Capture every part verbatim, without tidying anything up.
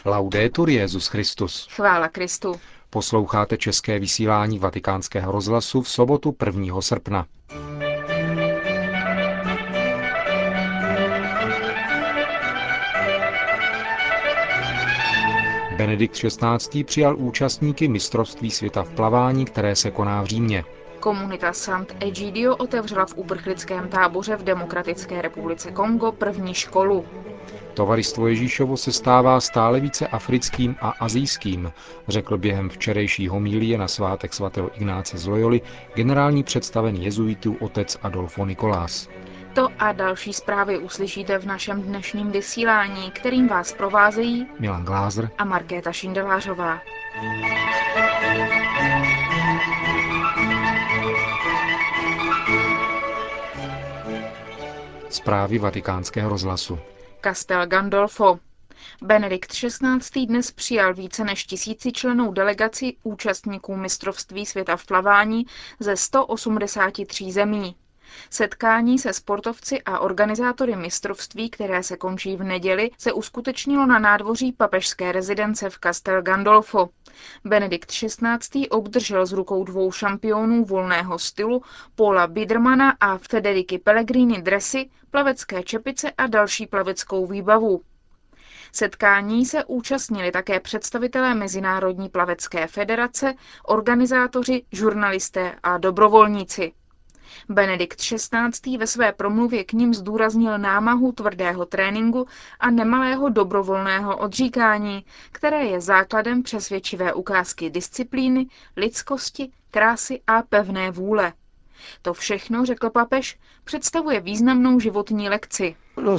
Laudetur Jesus Christus. Chvála Kristu. Posloucháte české vysílání Vatikánského rozhlasu v sobotu prvního srpna. Benedikt šestnáctý. Přijal účastníky mistrovství světa v plavání, které se koná v Římě. Komunita Sant'Egidio otevřela v uprchlickém táboře v Demokratické republice Kongo první školu. Tovaristvo Ježíšovo se stává stále více africkým a asijským, řekl během včerejší homilie na svátek svatého Ignáce z Loyoli generální představený jezuitů otec Adolfo Nicolás. To a další zprávy uslyšíte v našem dnešním vysílání, kterým vás provázejí Milan Glázer a Markéta Šindelářová. Zprávy Vatikánského rozhlasu. Castel Gandolfo. Benedikt šestnáctý. dnes přijal více než tisícičlennou delegaci účastníků mistrovství světa v plavání ze sto osmdesáti tří zemí. Setkání se sportovci a organizátory mistrovství, které se končí v neděli, se uskutečnilo na nádvoří papežské rezidence v Castel Gandolfo. Benedikt šestnáctý. obdržel z rukou dvou šampionů volného stylu, Paula Biedermana a Federiky Pellegrini dresy, plavecké čepice a další plaveckou výbavu. Setkání se účastnili také představitelé Mezinárodní plavecké federace, organizátoři, žurnalisté a dobrovolníci. Benedikt šestnáctý. ve své promluvě k nim zdůraznil námahu tvrdého tréninku a nemalého dobrovolného odříkání, které je základem přesvědčivé ukázky disciplíny, lidskosti, krásy a pevné vůle. To všechno, řekl papež, představuje významnou životní lekci.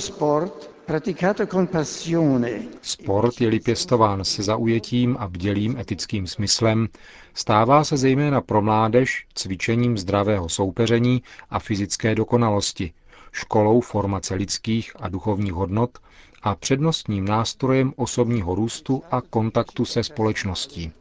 Sport, je-li pěstován se zaujetím a bdělým etickým smyslem, stává se zejména pro mládež cvičením zdravého soupeření a fyzické dokonalosti, školou formace lidských a duchovních hodnot a přednostním nástrojem osobního růstu a kontaktu se společností.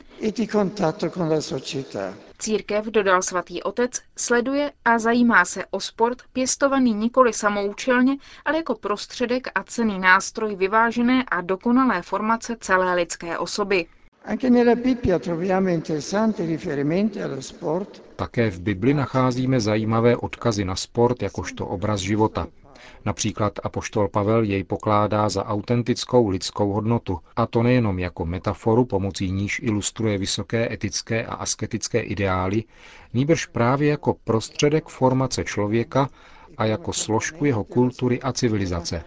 Církev, dodal svatý otec, sleduje a zajímá se o sport pěstovaný nikoli samoučelně, ale jako prostředek a cenný nástroj vyvážené a dokonalé formace celé lidské osoby. Také v Bibli nacházíme zajímavé odkazy na sport jakožto obraz života. Například apoštol Pavel jej pokládá za autentickou lidskou hodnotu, a to nejenom jako metaforu, pomocí níž ilustruje vysoké etické a asketické ideály, nýbrž právě jako prostředek formace člověka a jako složku jeho kultury a civilizace.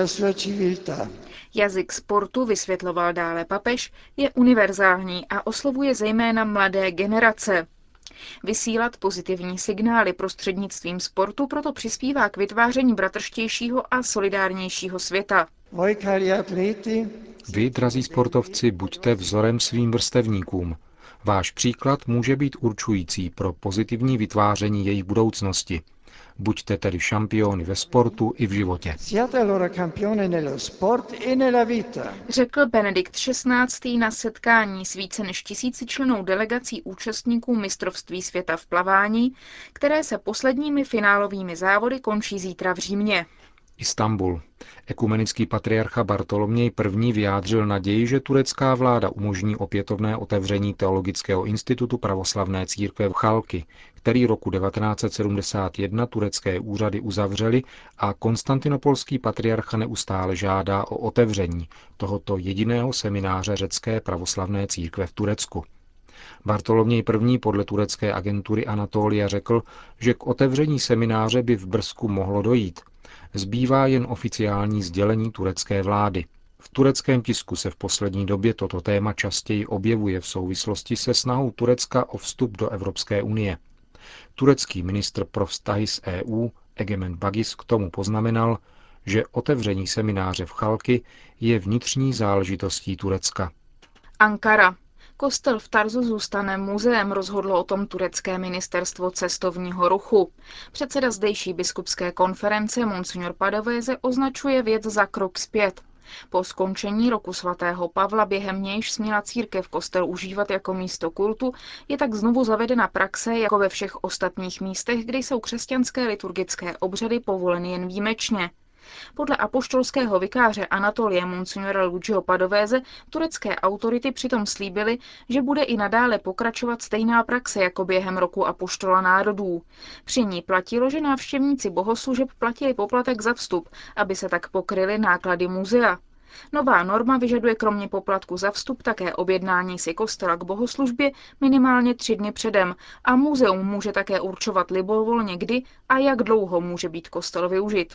Jazyk sportu, vysvětloval dále papež, je univerzální a oslovuje zejména mladé generace. Vysílat pozitivní signály prostřednictvím sportu proto přispívá k vytváření bratrštějšího a solidárnějšího světa. Vy, drazí sportovci, buďte vzorem svým vrstevníkům. Váš příklad může být určující pro pozitivní vytváření jejich budoucnosti. Buďte tedy šampiony ve sportu i v životě. Řekl Benedikt šestnáctý. na setkání s více než tisícičlennou delegací účastníků mistrovství světa v plavání, které se posledními finálovými závody končí zítra v Římě. Istanbul. Ekumenický patriarcha Bartoloměj I. vyjádřil naději, že turecká vláda umožní opětovné otevření Teologického institutu pravoslavné církve v Chalki, který roku devatenáct set sedmdesát jedna turecké úřady uzavřely, a konstantinopolský patriarcha neustále žádá o otevření tohoto jediného semináře řecké pravoslavné církve v Turecku. Bartoloměj I. podle turecké agentury Anatolia řekl, že k otevření semináře by v brzku mohlo dojít. Zbývá jen oficiální sdělení turecké vlády. V tureckém tisku se v poslední době toto téma častěji objevuje v souvislosti se snahou Turecka o vstup do Evropské unie. Turecký ministr pro vztahy s E U Egemen Bagis k tomu poznamenal, že otevření semináře v Chalki je vnitřní záležitostí Turecka. Ankara. Kostel v Tarzu zůstane muzeem, rozhodlo o tom turecké ministerstvo cestovního ruchu. Předseda zdejší biskupské konference Monsignor Padoveze označuje věc za krok zpět. Po skončení roku svatého Pavla, během nějž směla církev kostel užívat jako místo kultu, je tak znovu zavedena praxe jako ve všech ostatních místech, kde jsou křesťanské liturgické obřady povoleny jen výjimečně. Podle apoštolského vikáře Anatolie monsignora Luigiho Padovéze turecké autority přitom slíbily, že bude i nadále pokračovat stejná praxe jako během roku apoštola národů. Při ní platilo, že návštěvníci bohoslužeb platili poplatek za vstup, aby se tak pokryly náklady muzea. Nová norma vyžaduje kromě poplatku za vstup také objednání si kostela k bohoslužbě minimálně tři dny předem a muzeum může také určovat libovolně kdy a jak dlouho může být kostel využit.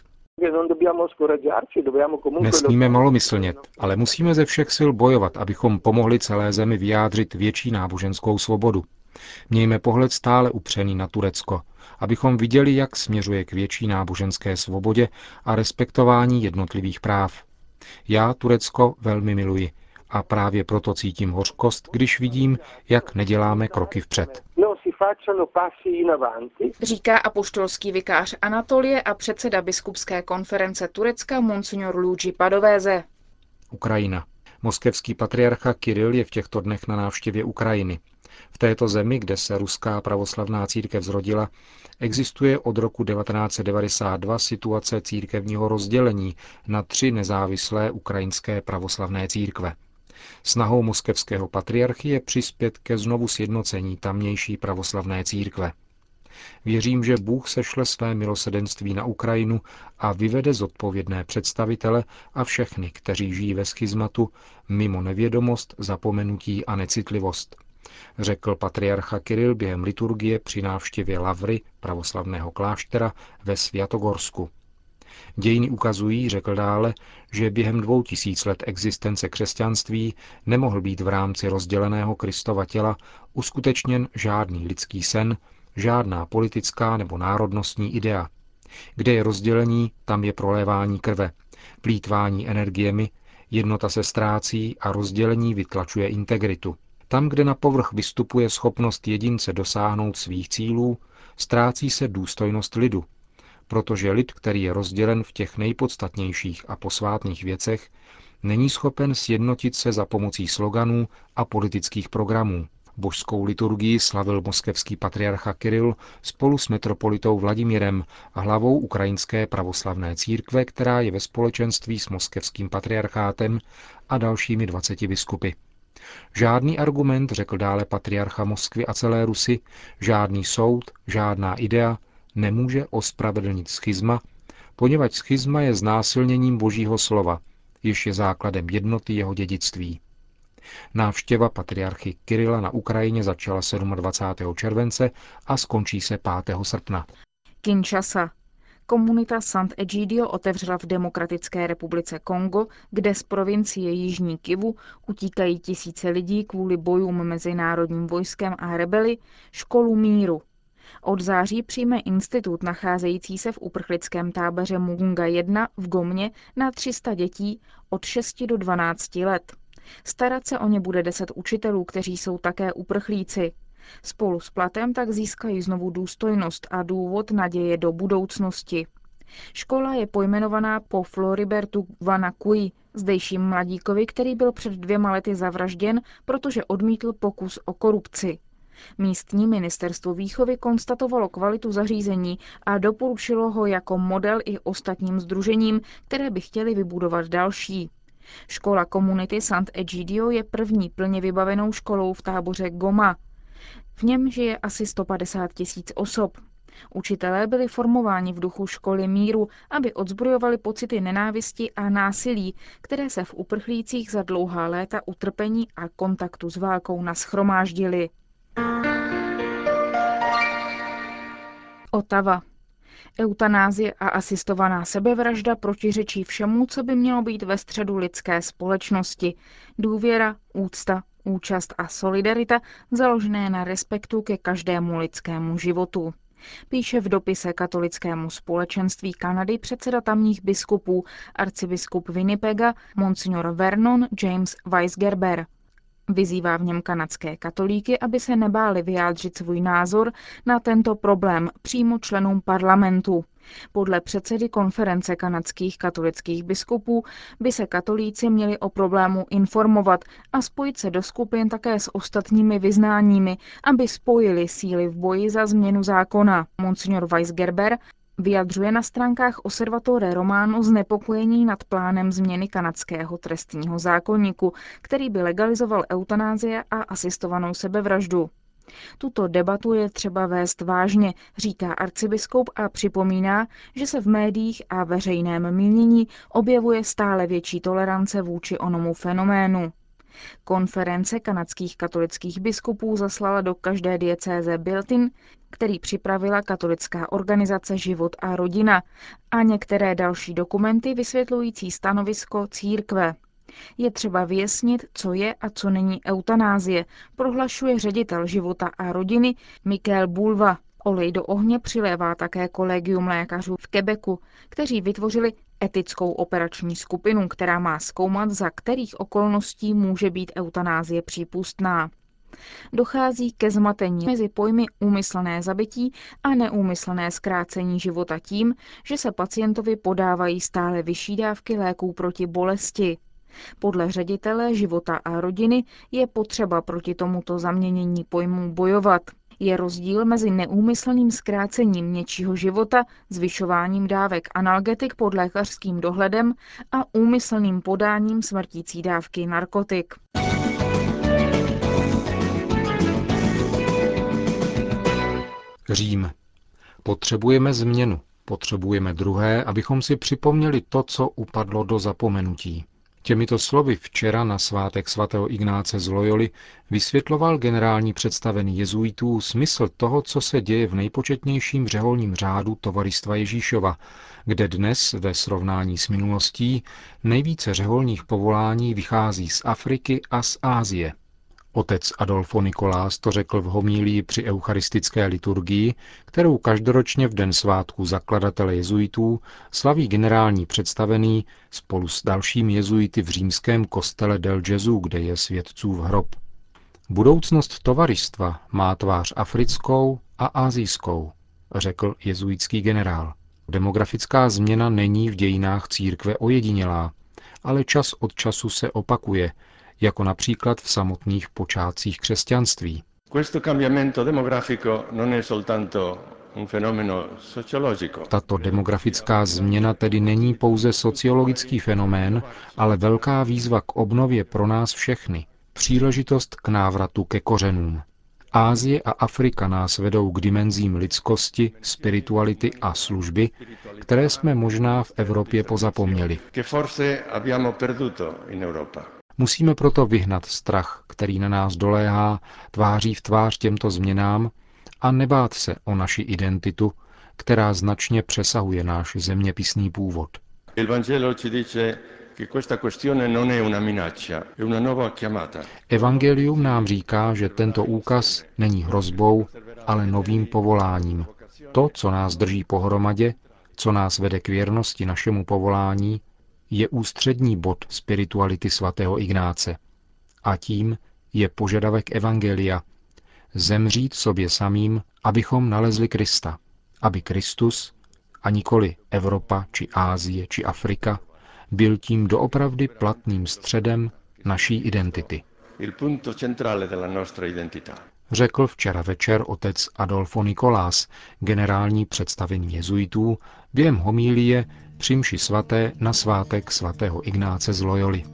Nesmíme malomyslnět, ale musíme ze všech sil bojovat, abychom pomohli celé zemi vyjádřit větší náboženskou svobodu. Mějme pohled stále upřený na Turecko, abychom viděli, jak směřuje k větší náboženské svobodě a respektování jednotlivých práv. Já Turecko velmi miluji a právě proto cítím hořkost, když vidím, jak neděláme kroky vpřed. Říká apoštolský vikář Anatolie a předseda biskupské konference Turecka monsignor Luigi Padovéze. Ukrajina. Moskevský patriarcha Kiril je v těchto dnech na návštěvě Ukrajiny. V této zemi, kde se ruská pravoslavná církev zrodila, existuje od roku devatenáct set devadesát dva situace církevního rozdělení na tři nezávislé ukrajinské pravoslavné církve. Snahou moskevského patriarchy je přispět ke znovu sjednocení tamnější pravoslavné církve. Věřím, že Bůh sešle své milosedenství na Ukrajinu a vyvede zodpovědné představitele a všechny, kteří žijí ve schizmatu, mimo nevědomost, zapomenutí a necitlivost, řekl patriarcha Kiril během liturgie při návštěvě Lavry, pravoslavného kláštera ve Sviatogorsku. Dějiny ukazují, řekl dále, že během dvou tisíc let existence křesťanství nemohl být v rámci rozděleného Kristova těla uskutečněn žádný lidský sen, žádná politická nebo národnostní idea. Kde je rozdělení, tam je prolévání krve, plýtvání energiemi, jednota se ztrácí a rozdělení vytlačuje integritu. Tam, kde na povrch vystupuje schopnost jedince dosáhnout svých cílů, ztrácí se důstojnost lidu, protože lid, který je rozdělen v těch nejpodstatnějších a posvátných věcech, není schopen sjednotit se za pomocí sloganů a politických programů. Božskou liturgii slavil moskevský patriarcha Kiril spolu s metropolitou Vladimirem, hlavou ukrajinské pravoslavné církve, která je ve společenství s moskevským patriarchátem a dalšími dvaceti biskupy. Žádný argument, řekl dále patriarcha Moskvy a celé Rusy, žádný soud, žádná idea nemůže ospravedlnit schizma, poněvadž schizma je znásilněním Božího slova, jež je základem jednoty jeho dědictví. Návštěva patriarchy Kirila na Ukrajině začala dvacátého sedmého července a skončí se pátého srpna. Kinshasa. Komunita Sant'Egidio otevřela v Demokratické republice Kongo, kde z provincie Jižní Kivu utíkají tisíce lidí kvůli bojům mezi národním vojskem a rebeli, školu míru. Od září přijme institut nacházející se v uprchlickém táboře Mugunga jedna v Gomě na tři sta dětí od šesti do dvanácti let. Starat se o ně bude deset učitelů, kteří jsou také uprchlíci. Spolu s platem tak získají znovu důstojnost a důvod naděje do budoucnosti. Škola je pojmenovaná po Floribertu Vanakui, zdejším mladíkovi, který byl před dvěma lety zavražděn, protože odmítl pokus o korupci. Místní ministerstvo výchovy konstatovalo kvalitu zařízení a doporučilo ho jako model i ostatním sdružením, které by chtěly vybudovat další. Škola komunity Sant'Egidio je první plně vybavenou školou v táboře Goma. V něm žije asi sto padesát tisíc osob. Učitelé byli formováni v duchu školy míru, aby odzbrojovali pocity nenávisti a násilí, které se v uprchlících za dlouhá léta utrpení a kontaktu s válkou nashromáždily. Ottawa. Eutanázie a asistovaná sebevražda protiřečí všemu, co by mělo být ve středu lidské společnosti. Důvěra, úcta, účast a solidarita založené na respektu ke každému lidskému životu. Píše v dopise katolickému společenství Kanady předseda tamních biskupů, arcibiskup Winnipega, monsignor Vernon James Weisgerber. Vyzývá v něm kanadské katolíky, aby se nebáli vyjádřit svůj názor na tento problém přímo členům parlamentu. Podle předsedy konference kanadských katolických biskupů by se katolíci měli o problému informovat a spojit se do skupin také s ostatními vyznáními, aby spojili síly v boji za změnu zákona. Monsignor Weisgerber Vyjadřuje na stránkách Osservatore Romano znepokojení nad plánem změny kanadského trestního zákoníku, který by legalizoval eutanázie a asistovanou sebevraždu. Tuto debatu je třeba vést vážně, říká arcibiskup a připomíná, že se v médiích a veřejném mínění objevuje stále větší tolerance vůči onomu fenoménu. Konference kanadských katolických biskupů zaslala do každé diecéze bulletin, který připravila katolická organizace Život a rodina, a některé další dokumenty vysvětlující stanovisko církve. Je třeba vyjasnit, co je a co není eutanázie, prohlašuje ředitel Života a rodiny Michael Bulva. Olej do ohně přilévá také kolegium lékařů v Quebecu, kteří vytvořili etickou operační skupinu, která má zkoumat, za kterých okolností může být eutanázie přípustná. Dochází ke zmatení mezi pojmy úmyslné zabití a neúmyslné zkrácení života tím, že se pacientovi podávají stále vyšší dávky léků proti bolesti. Podle ředitele Života a rodiny je potřeba proti tomuto zaměnění pojmů bojovat. Je rozdíl mezi neúmyslným zkrácením něčího života, zvyšováním dávek analgetik pod lékařským dohledem a úmyslným podáním smrtící dávky narkotik. Řím. Potřebujeme změnu. Potřebujeme druhé, abychom si připomněli to, co upadlo do zapomenutí. Těmito slovy včera na svátek svatého Ignáce z Loyoli vysvětloval generální představený jezuitů smysl toho, co se děje v nejpočetnějším řeholním řádu Tovaristva Ježíšova, kde dnes ve srovnání s minulostí nejvíce řeholních povolání vychází z Afriky a z Asie. Otec Adolfo Nicolás to řekl v homílii při eucharistické liturgii, kterou každoročně v den svátku zakladatele jezuitů slaví generální představený spolu s dalšími jezuity v římském kostele del Gesù, kde je svědcův hrob. Budoucnost tovaristva má tvář africkou a asijskou, řekl jezuitský generál. Demografická změna není v dějinách církve ojedinělá, ale čas od času se opakuje, jako například v samotných počátcích křesťanství. Tato demografická změna tedy není pouze sociologický fenomén, ale velká výzva k obnově pro nás všechny, příležitost k návratu ke kořenům. Asie a Afrika nás vedou k dimenzím lidskosti, spirituality a služby, které jsme možná v Evropě pozapomněli. Musíme proto vyhnat strach, který na nás doléhá tváří v tvář těmto změnám, a nebát se o naši identitu, která značně přesahuje náš zeměpisný původ. Evangelium nám říká, že tento úkaz není hrozbou, ale novým povoláním. To, co nás drží pohromadě, co nás vede k věrnosti našemu povolání, je ústřední bod spirituality svatého Ignáce. A tím je požadavek Evangelia zemřít sobě samým, abychom nalezli Krista. Aby Kristus, a nikoli Evropa, či Asie, či Afrika, byl tím doopravdy platným středem naší identity. Řekl včera večer otec Adolfo Nicolás, generální představený jezuitů, během homílie při mši svaté na svátek svatého Ignáce z Loyoli.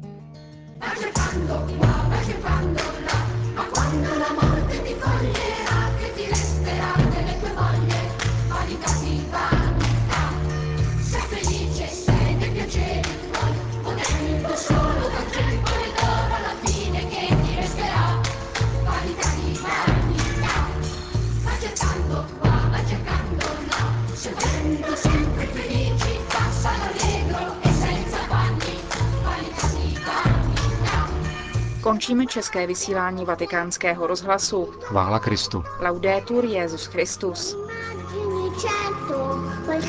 Končíme české vysílání Vatikánského rozhlasu. Chvála Kristu. Laudetur Jesus Christus.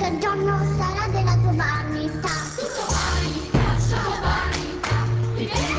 Tutto vanità, solo vanità.